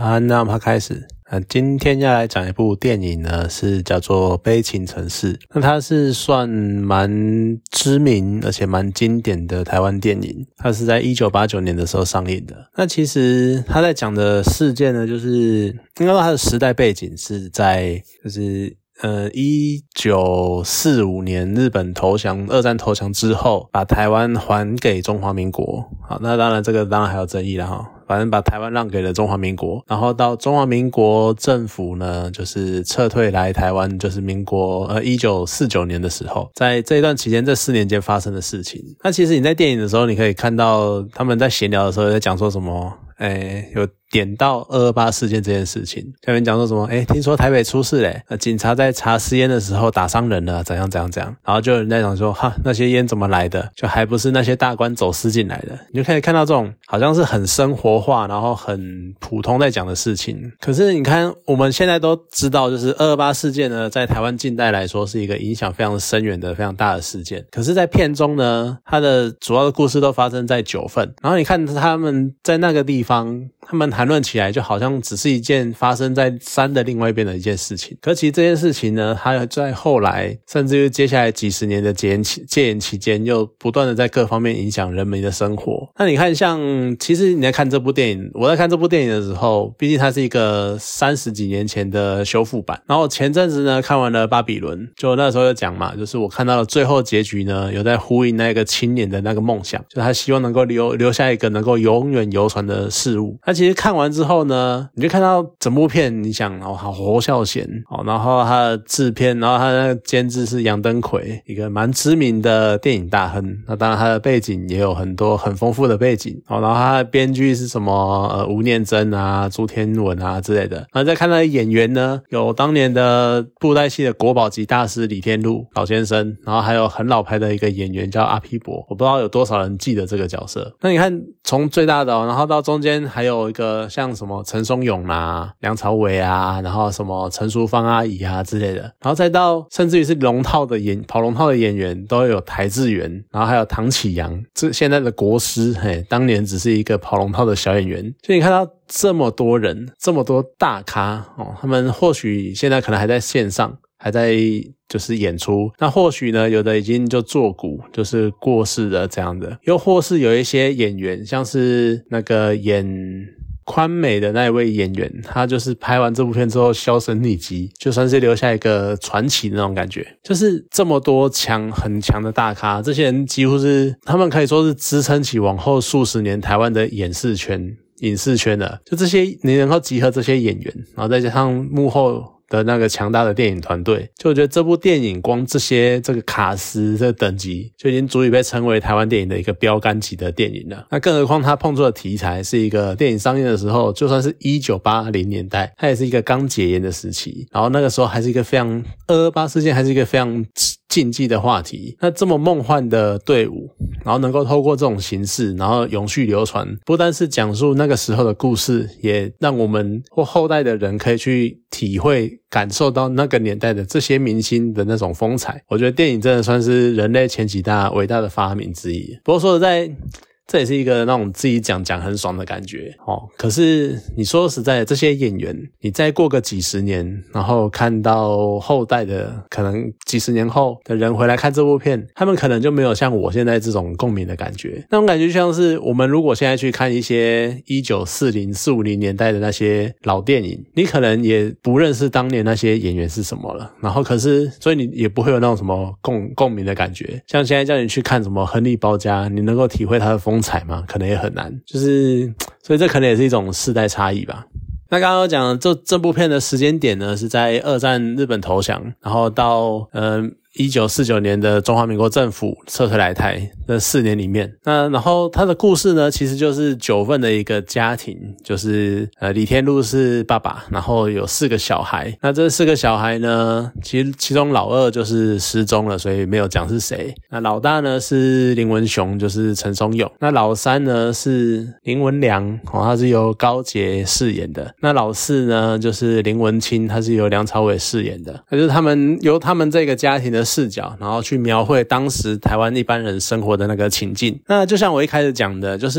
好，那我们开始。今天要来讲一部电影呢，是叫做《悲情城市》。那它是算蛮知名而且蛮经典的台湾电影，它是在1989年的时候上映的。那其实它在讲的事件呢，就是应该说它的时代背景是在1945年日本二战投降之后，把台湾还给中华民国。好，那当然这个当然还有争议啦齁。反正把台湾让给了中华民国，然后到中华民国政府呢，就是撤退来台湾，就是民国1949年的时候，在这一段期间，这4年间发生的事情。那其实你在电影的时候，你可以看到他们在闲聊的时候在讲说什么，有点到228事件这件事情，下面讲说什么听说台北出事嘞，警察在查私烟的时候打伤人了，怎样，然后就有人在讲说那些烟怎么来的，就还不是那些大官走私进来的。你就可以看到这种好像是很生活化然后很普通在讲的事情。可是你看我们现在都知道，就是228事件呢，在台湾近代来说是一个影响非常深远的非常大的事件。可是在片中呢，它的主要的故事都发生在9份，然后你看他们在那个地方，他们谈论起来就好像只是一件发生在山的另外一边的一件事情。可其实这件事情呢，它在后来甚至于接下来几十年的戒严期间，又不断的在各方面影响人民的生活。那你看其实你在看这部电影，我在看这部电影的时候，毕竟它是一个30几年前的修复版，然后前阵子呢看完了巴比伦，就那时候有讲嘛，就是我看到了最后结局呢，有在呼应那个青年的那个梦想，就是他希望能够留下一个能够永远流传的事物。那其实看完之后呢，你就看到整部片，你想好侯孝贤然后他的制片，然后他的监制是杨登魁，一个蛮知名的电影大亨。那当然他的背景也有很多很丰富的背景然后他的编剧是什么吴念真啊、朱天文啊之类的。然后再看他的演员呢，有当年的布袋戏的国宝级大师李天禄老先生，然后还有很老牌的一个演员叫阿皮伯，我不知道有多少人记得这个角色。那你看从最大的然后到中间还有一个像什么陈松勇啊、梁朝伟啊，然后什么陈淑芳阿姨啊之类的，然后再到甚至于是跑龙套的演员都有台志远，然后还有唐启阳，这现在的国师当年只是一个跑龙套的小演员。所以你看到这么多人，这么多大咖他们或许现在可能还在线上还在就是演出，那或许呢有的已经就作古，就是过世的这样的，又或是有一些演员，像是那个演宽美的那一位演员，他就是拍完这部片之后销声匿迹，就算是留下一个传奇的那种感觉。就是这么多很强的大咖，这些人几乎是他们可以说是支撑起往后数十年台湾的影视圈的，就这些你能够集合这些演员，然后再加上幕后的那个强大的电影团队，就我觉得这部电影光这个卡司这个等级就已经足以被称为台湾电影的一个标杆级的电影了。那更何况它碰触的题材是一个电影上映的时候，就算是1980年代，它也是一个刚解严的时期，然后那个时候还是一个非常228事件还是一个非常禁忌的话题。那这么梦幻的队伍，然后能够透过这种形式然后永续流传，不单是讲述那个时候的故事，也让我们或后代的人可以去体会感受到那个年代的这些明星的那种风采。我觉得电影真的算是人类前几大伟大的发明之一。不过说实在，这也是一个那种自己讲很爽的感觉可是你说实在的，这些演员你再过个几十年，然后看到后代的可能几十年后的人回来看这部片，他们可能就没有像我现在这种共鸣的感觉。那种感觉就像是我们如果现在去看一些1940、450年代的那些老电影，你可能也不认识当年那些演员是什么了，然后可是所以你也不会有那种什么共鸣的感觉。像现在叫你去看什么亨利包家，你能够体会他的风采吗？可能也很难，所以这可能也是一种世代差异吧。那刚刚有讲这部片的时间点呢，是在2战日本投降，然后到1949年的中华民国政府撤退来台的4年里面，那然后他的故事呢，其实就是9份的一个家庭，就是李天禄是爸爸，然后有4个小孩。那这4个小孩呢，其中老二就是失踪了，所以没有讲是谁。那老大呢是林文雄，就是陈松勇。那老三呢是林文良他是由高捷饰演的。那老四呢就是林文清，他是由梁朝伟饰演的。那就是由他们这个家庭的视角，然后去描绘当时台湾一般人生活的那个情境。那就像我一开始讲的，就是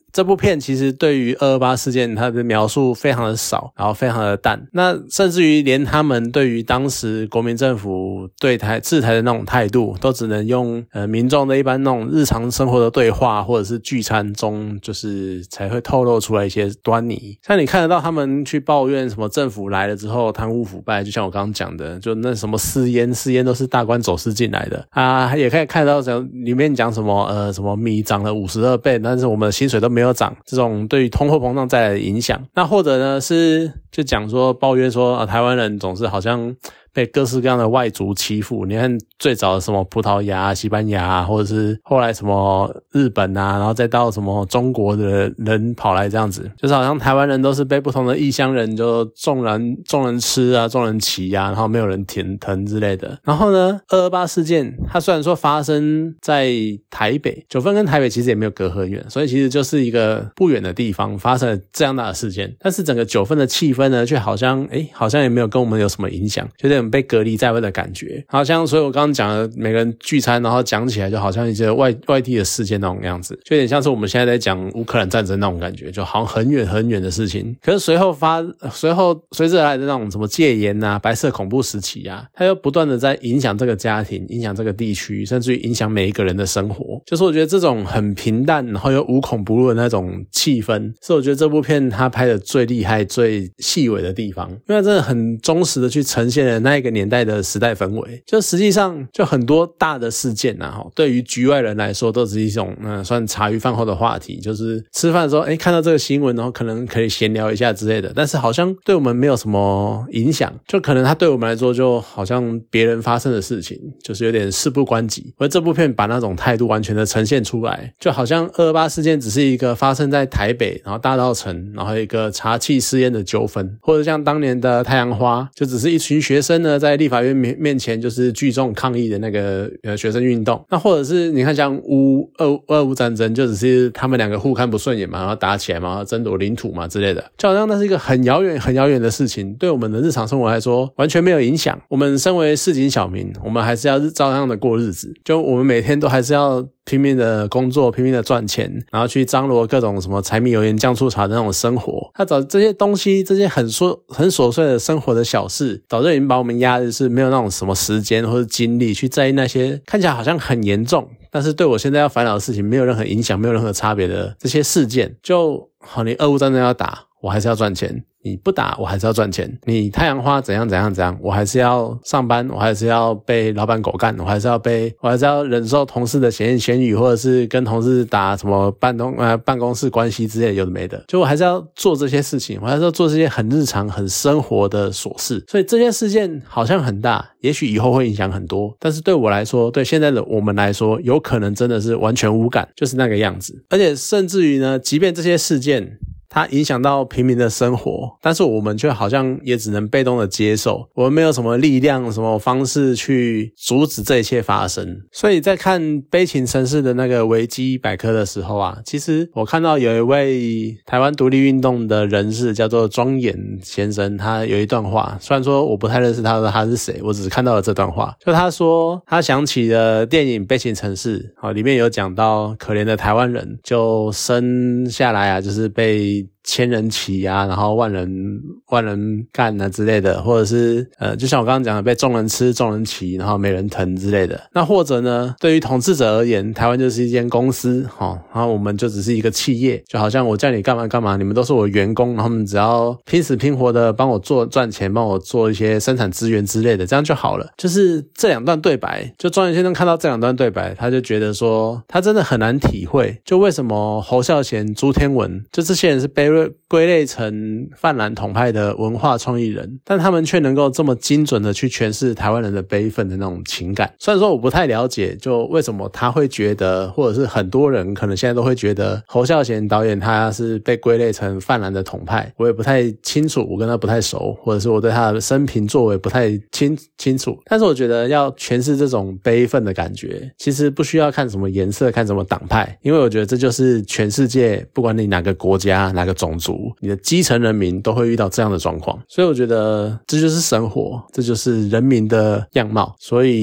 这部片其实对于228事件它的描述非常的少，然后非常的淡，那甚至于连他们对于当时国民政府对制台的那种态度都只能用民众的一般那种日常生活的对话或者是聚餐中就是才会透露出来一些端倪。像你看得到他们去抱怨什么政府来了之后贪污腐败，就像我刚刚讲的，就那什么私烟都是大官走私进来的啊，也可以看到里面讲什么什么米涨了52倍，但是我们的薪水都没有涨，这种对于通货膨胀带来的影响。那或者呢是就讲说抱怨说台湾人总是好像被各式各样的外族欺负，你看最早的什么葡萄牙、西班牙，或者是后来什么日本啊，然后再到什么中国的人跑来这样子，就是好像台湾人都是被不同的异乡人就众人吃啊，众人骑啊，然后没有人疼之类的。然后呢228事件它虽然说发生在台北，九份跟台北其实也没有隔很远，所以其实就是一个不远的地方发生了这样大的事件，但是整个九份的气氛呢却好像也没有跟我们有什么影响，就有点被隔离在外的感觉，好像所以我刚刚讲的每个人聚餐然后讲起来就好像一些外地的事件那种样子，就有点像是我们现在在讲乌克兰战争那种感觉，就好像很远很远的事情。可是随之而来的那种什么戒严啊、白色恐怖时期啊，它又不断的在影响这个家庭、影响这个地区，甚至于影响每一个人的生活。就是我觉得这种很平淡然后又无孔不入的那种气氛，是我觉得这部片它拍的最厉害、最细微的地方，因为它真的很忠实的去呈现了那一个年代的时代氛围。就实际上就很多大的事件啊，对于局外人来说都是一种算茶余饭后的话题，就是吃饭的时候看到这个新闻然后可能可以闲聊一下之类的，但是好像对我们没有什么影响，就可能它对我们来说就好像别人发生的事情，就是有点事不关己。而这部片把那种态度完全的呈现出来，就好像228事件只是一个发生在台北然后大稻埕然后一个茶器私烟的纠纷，或者像当年的太阳花就只是一群学生呢在立法院面前就是聚众抗议的那个学生运动，那或者是你看像俄乌战争就只是他们两个互看不顺眼嘛，然后打起来嘛，然后争夺领土嘛之类的，就好像那是一个很遥远的事情，对我们的日常生活来说完全没有影响。我们身为市井小民，我们还是要照样的过日子，就我们每天都还是要拼命的工作，拼命的赚钱，然后去张罗各种什么柴米油盐酱醋茶的那种生活。他找这些东西，这些很琐碎的生活的小事，早就已经把我们压的是没有那种什么时间或者精力去在意那些看起来好像很严重，但是对我现在要烦恼的事情没有任何影响，没有任何差别的这些事件。就好，你俄乌战争要打，我还是要赚钱，你不打我还是要赚钱，你太阳花怎样我还是要上班，我还是要被老板狗干，我还是要忍受同事的闲言闲语，或者是跟同事打什么办公室关系之类的有的没的，就我还是要做这些事情，我还是要做这些很日常很生活的琐事。所以这些事件好像很大，也许以后会影响很多，但是对我来说，对现在的我们来说，有可能真的是完全无感，就是那个样子。而且甚至于呢，即便这些事件它影响到平民的生活，但是我们却好像也只能被动的接受，我们没有什么力量什么方式去阻止这一切发生。所以在看悲情城市的那个维基百科的时候啊，其实我看到有一位台湾独立运动的人士叫做庄严先生，他有一段话，虽然说我不太认识他是谁，我只是看到了这段话，就他说他想起了电影悲情城市，里面有讲到可怜的台湾人就生下来啊，就是被千人骑啊，然后万人干啊之类的，或者是就像我刚刚讲的被众人吃众人骑然后没人疼之类的。那或者呢，对于统治者而言，台湾就是一间公司然后我们就只是一个企业，就好像我叫你干嘛你们都是我员工，然后他们只要拼死拼活的帮我赚钱，帮我做一些生产资源之类的，这样就好了。就是这两段对白，就庄严先生看到这两段对白，他就觉得说他真的很难体会，就为什么侯孝贤、朱天文就这些人是归类成泛蓝统派的文化创意人，但他们却能够这么精准的去诠释台湾人的悲愤的那种情感。虽然说我不太了解就为什么他会觉得，或者是很多人可能现在都会觉得侯孝贤导演他是被归类成泛蓝的统派，我也不太清楚，我跟他不太熟，或者是我对他的生平作为不太清楚。但是我觉得要诠释这种悲愤的感觉，其实不需要看什么颜色，看什么党派，因为我觉得这就是全世界不管你哪个国家哪个种族，你的基层人民都会遇到这样的状况。所以我觉得这就是生活，这就是人民的样貌。所以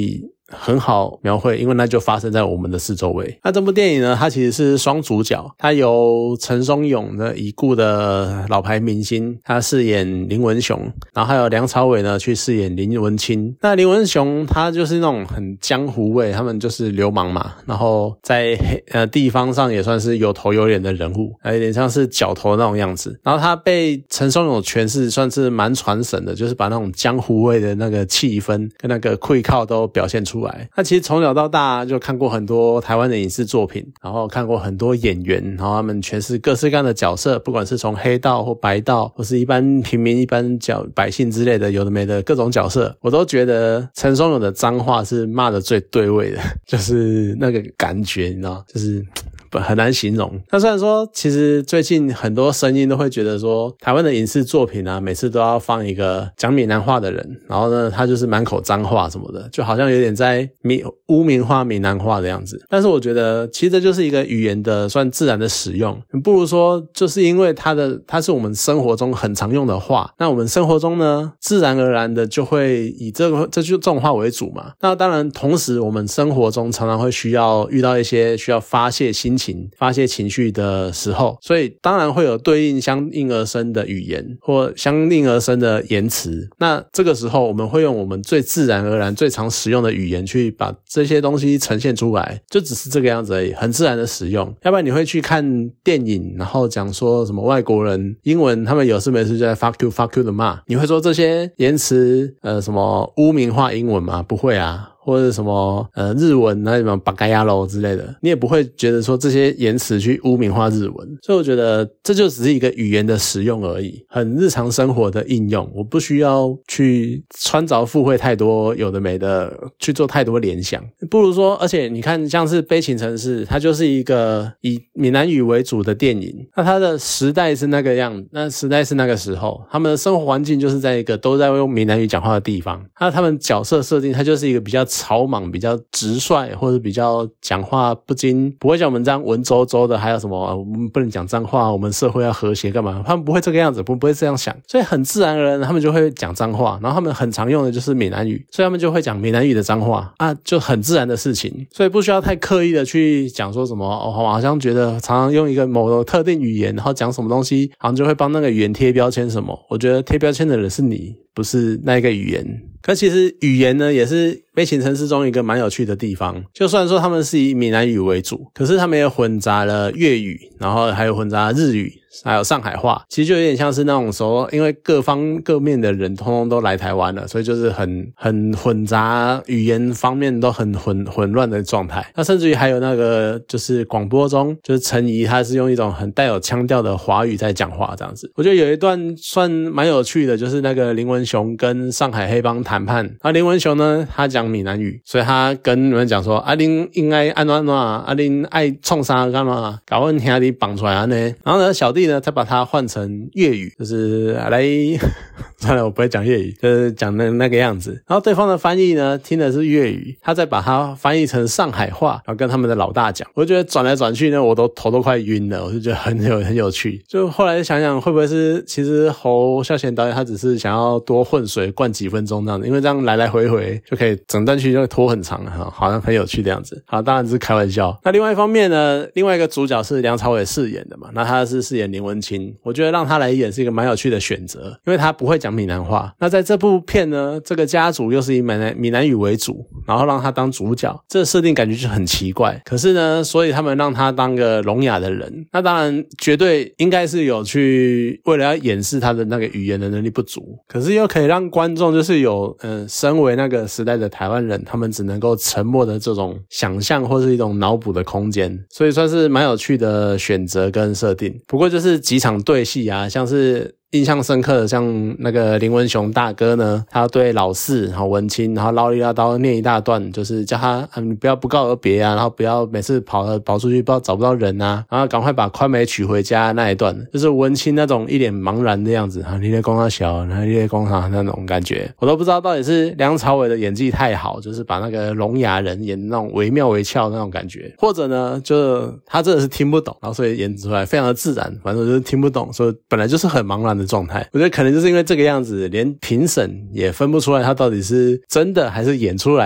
很好描绘，因为那就发生在我们的四周围。那这部电影呢，它其实是双主角，它由陈松勇的已故的老牌明星，他饰演林文雄，然后还有梁朝伟呢去饰演林文清。那林文雄他就是那种很江湖味，他们就是流氓嘛，然后在地方上也算是有头有脸的人物，有点像是角头那种样子。然后他被陈松勇诠释算是蛮传神的，就是把那种江湖味的那个气氛跟那个愧靠都表现出来。那其实从小到大就看过很多台湾的影视作品，然后看过很多演员，然后他们诠释各式各样的角色，不管是从黑道或白道或是一般平民一般百姓之类的，有的没的各种角色，我都觉得陈松勇的脏话是骂的最对味的，就是那个感觉你知道，就是很难形容。那虽然说其实最近很多声音都会觉得说台湾的影视作品啊，每次都要放一个讲闽南话的人，然后呢他就是满口脏话什么的，就好像有点在污名化闽南话的样子。但是我觉得其实这就是一个语言的算自然的使用，不如说就是因为它是我们生活中很常用的话，那我们生活中呢自然而然的就会以这种话为主嘛。那当然同时我们生活中常常会遇到一些需要发泄心情发泄情绪的时候，所以当然会有对应相应而生的语言或相应而生的言辞。那这个时候我们会用我们最自然而然最常使用的语言去把这些东西呈现出来，就只是这个样子而已，很自然的使用。要不然你会去看电影然后讲说什么外国人英文他们有事没事就在 fuck you 的骂，你会说这些言辞什么污名化英文吗？不会啊。或者什么日文那什么巴嘎亚喽之类的，你也不会觉得说这些言辞去污名化日文。所以我觉得这就只是一个语言的使用而已，很日常生活的应用，我不需要去穿凿附会太多有的没的去做太多联想。不如说，而且你看像是悲情城市，它就是一个以闽南语为主的电影，那它的时代是那个样子，那时代是那个时候，他们的生活环境就是在一个都在用闽南语讲话的地方，那他们角色设定它就是一个比较草莽比较直率，或者比较讲话不会像我们这样文绉绉的，还有什么我们不能讲脏话，我们社会要和谐干嘛，他们不会这个样子，不会这样想，所以很自然而然他们就会讲脏话，然后他们很常用的就是闽南语，所以他们就会讲闽南语的脏话啊，就很自然的事情，所以不需要太刻意的去讲说什么我好像觉得常常用一个某个特定语言然后讲什么东西好像就会帮那个语言贴标签什么，我觉得贴标签的人是你，不是那一个语言。可其实语言呢也是悲情城市中一个蛮有趣的地方，就算说他们是以闽南语为主，可是他们也混杂了粤语，然后还有混杂日语，还有上海话，其实就有点像是那种说因为各方各面的人通通都来台湾了，所以就是很混杂，语言方面都很混乱的状态。那甚至于还有那个就是广播中就是陈怡他是用一种很带有腔调的华语在讲话这样子。我觉得有一段算蛮有趣的，就是那个林文雄跟上海黑帮谈判，林文雄呢他讲闽南语，所以他跟你们讲说恁应该安怎恁爱创啥干嘛把阮兄弟绑出来呢，然后呢小弟呢他把它换成粤语，就是来算了我不会讲粤语，就是讲那个样子，然后对方的翻译呢听的是粤语，他再把它翻译成上海话，然后跟他们的老大讲，我觉得转来转去呢我头都快晕了，我就觉得很有趣。就后来想想会不会是其实侯孝贤导演他只是想要多混水灌几分钟这样子，因为这样来来回回就可以整段剧就会拖很长，好像很有趣的样子。好，当然是开玩笑。那另外一方面呢，另外一个主角是梁朝伟饰演的嘛，那他是饰演林文清，我觉得让他来演是一个蛮有趣的选择，因为他不会讲闽南话。那在这部片呢，这个家族又是以闽南语为主，然后让他当主角，这个设定感觉就很奇怪。可是呢，所以他们让他当个聋哑的人，那当然绝对应该是有去为了要掩饰他的那个语言的能力不足，可是又可以让观众就是有身为那个时代的台湾人，他们只能够沉默的这种想象或是一种脑补的空间，所以算是蛮有趣的选择跟设定。不过就是几场对戏啊，像是印象深刻的，像那个林文雄大哥呢，他对老四然后文清然后唠里唠叨念一大段，就是叫他你不要不告而别啊，然后不要每次跑出去不知道找不到人啊，然后赶快把宽美娶回家那一段，就是文清那种一脸茫然的样子啊，你在讲他小，然后你在讲他那种感觉，我都不知道到底是梁朝伟的演技太好，就是把那个聋哑人演那种惟妙惟肖那种感觉，或者呢就他真的是听不懂，然后所以演出来非常的自然，反正就是听不懂，所以本来就是很茫然的状态。我觉得可能就是因为这个样子，连评审也分不出来他到底是真的还是演出来的，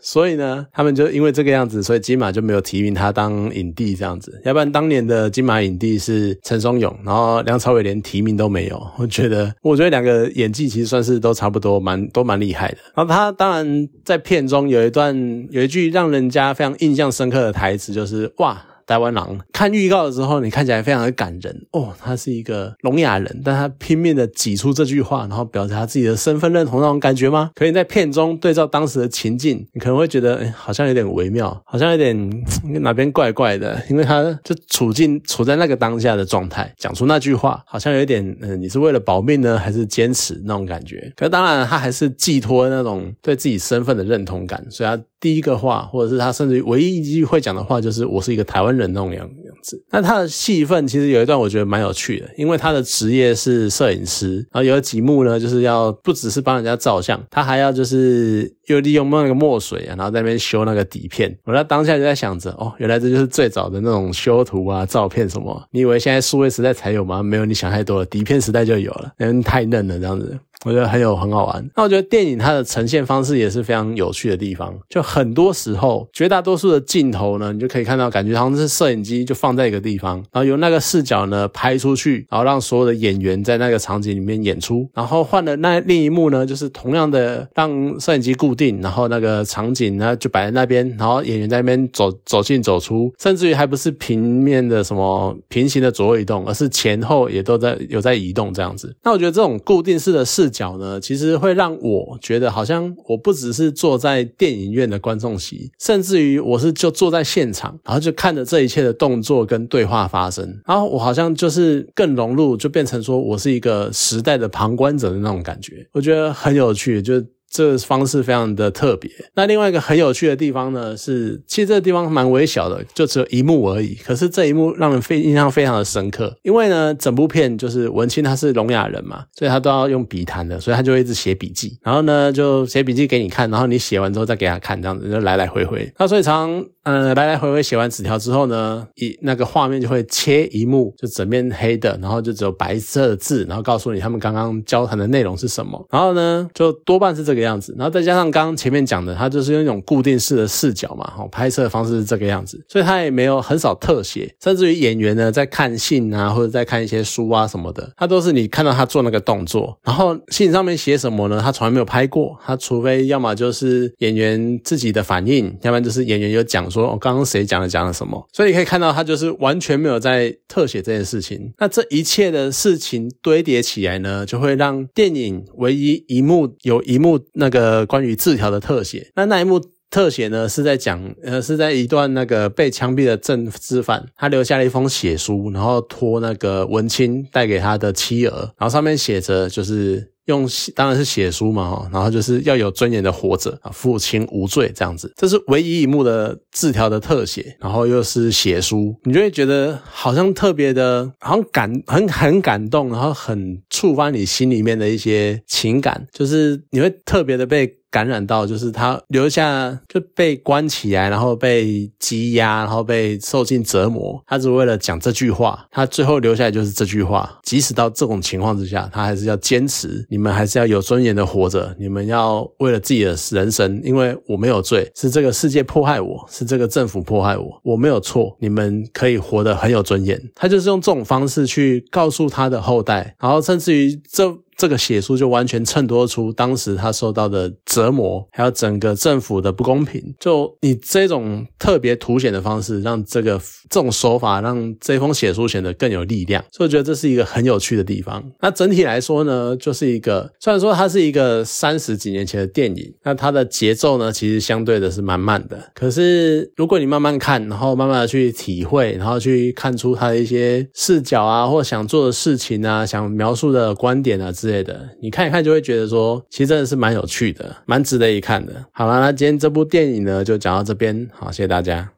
所以呢他们就因为这个样子，所以金马就没有提名他当影帝这样子，要不然当年的金马影帝是陈松勇，然后梁朝伟连提名都没有。我觉得两个演技其实算是都差不多，都蛮厉害的。然后他当然在片中有一句让人家非常印象深刻的台词，就是哇，台湾狼。看预告的时候你看起来非常的感人哦，他是一个聋哑人，但他拼命的挤出这句话，然后表达他自己的身份认同那种感觉吗？可以在片中对照当时的情境，你可能会觉得好像有点微妙，好像有点哪边怪怪的，因为他就处在那个当下的状态，讲出那句话好像有点你是为了保命呢还是坚持那种感觉。可是当然他还是寄托那种对自己身份的认同感，所以他第一个话或者是他甚至于唯一一句会讲的话就是我是一个台湾人那种样子。那他的戏份其实有一段我觉得蛮有趣的，因为他的职业是摄影师，然后有几幕呢就是要不只是帮人家照相，他还要就是又利用那个墨水然后在那边修那个底片。我在当下就在想着原来这就是最早的那种修图啊照片什么，你以为现在数位时代才有吗？没有，你想太多了，底片时代就有了，因为太嫩了这样子。我觉得很好玩。那我觉得电影它的呈现方式也是非常有趣的地方，就很多时候绝大多数的镜头呢，你就可以看到感觉好像是摄影机就放在一个地方，然后由那个视角呢拍出去，然后让所有的演员在那个场景里面演出，然后换了那另一幕呢就是同样的让摄影机固定，然后那个场景呢就摆在那边，然后演员在那边走进走出，甚至于还不是平面的什么平行的左右移动，而是前后也都有在移动这样子。那我觉得这种固定式的视角呢，其实会让我觉得好像我不只是坐在电影院的观众席，甚至于我是就坐在现场，然后就看着这一切的动作跟对话发生，然后我好像就是更融入，就变成说我是一个时代的旁观者的那种感觉。我觉得很有趣，就是这个方式非常的特别。那另外一个很有趣的地方呢，是其实这个地方蛮微小的，就只有一幕而已，可是这一幕让人印象非常的深刻。因为呢整部片就是文青他是聋哑人嘛，所以他都要用笔谈的，所以他就会一直写笔记，然后呢就写笔记给你看，然后你写完之后再给他看，这样子就来来回回。那所以常来来回回写完纸条之后呢，那个画面就会切一幕，就整面黑的，然后就只有白色的字，然后告诉你他们刚刚交谈的内容是什么。然后呢就多半是这个样子，然后再加上刚刚前面讲的，它就是用一种固定式的视角嘛，拍摄的方式是这个样子，所以它也没有很少特写，甚至于演员呢在看信啊或者在看一些书啊什么的，它都是你看到他做那个动作，然后信上面写什么呢他从来没有拍过，他除非要么就是演员自己的反应，要不然就是演员有讲说刚刚谁讲了什么，所以你可以看到他就是完全没有在特写这件事情。那这一切的事情堆叠起来呢，就会让电影唯一有一幕那个关于字条的特写，那一幕特写呢是在讲是在一段那个被枪毙的政治犯，他留下了一封血书，然后托那个文青带给他的妻儿，然后上面写着就是当然是血书嘛，然后就是要有尊严的活着，父亲无罪这样子。这是唯一一幕的字条的特写，然后又是血书，你就会觉得好像特别的好像很感动，然后很触发你心里面的一些情感，就是你会特别的被感染到，就是他留下就被关起来，然后被羁押，然后被受尽折磨，他只为了讲这句话，他最后留下来就是这句话。即使到这种情况之下，他还是要坚持，你们还是要有尊严的活着，你们要为了自己的人生，因为我没有罪，是这个世界迫害我，是这个政府迫害我没有错，你们可以活得很有尊严。他就是用这种方式去告诉他的后代，然后甚至于这个写书就完全衬托出当时他受到的折磨，还有整个政府的不公平。就你这种特别凸显的方式，让这种手法让这封写书显得更有力量，所以我觉得这是一个很有趣的地方。那整体来说呢，就是一个虽然说它是一个30几年前的电影，那它的节奏呢其实相对的是蛮慢的，可是如果你慢慢看，然后慢慢的去体会，然后去看出它的一些视角啊，或想做的事情啊，想描述的观点啊之类的，你看一看就会觉得说其实真的是蛮有趣的，蛮值得一看的。好啦，那今天这部电影呢就讲到这边，好，谢谢大家。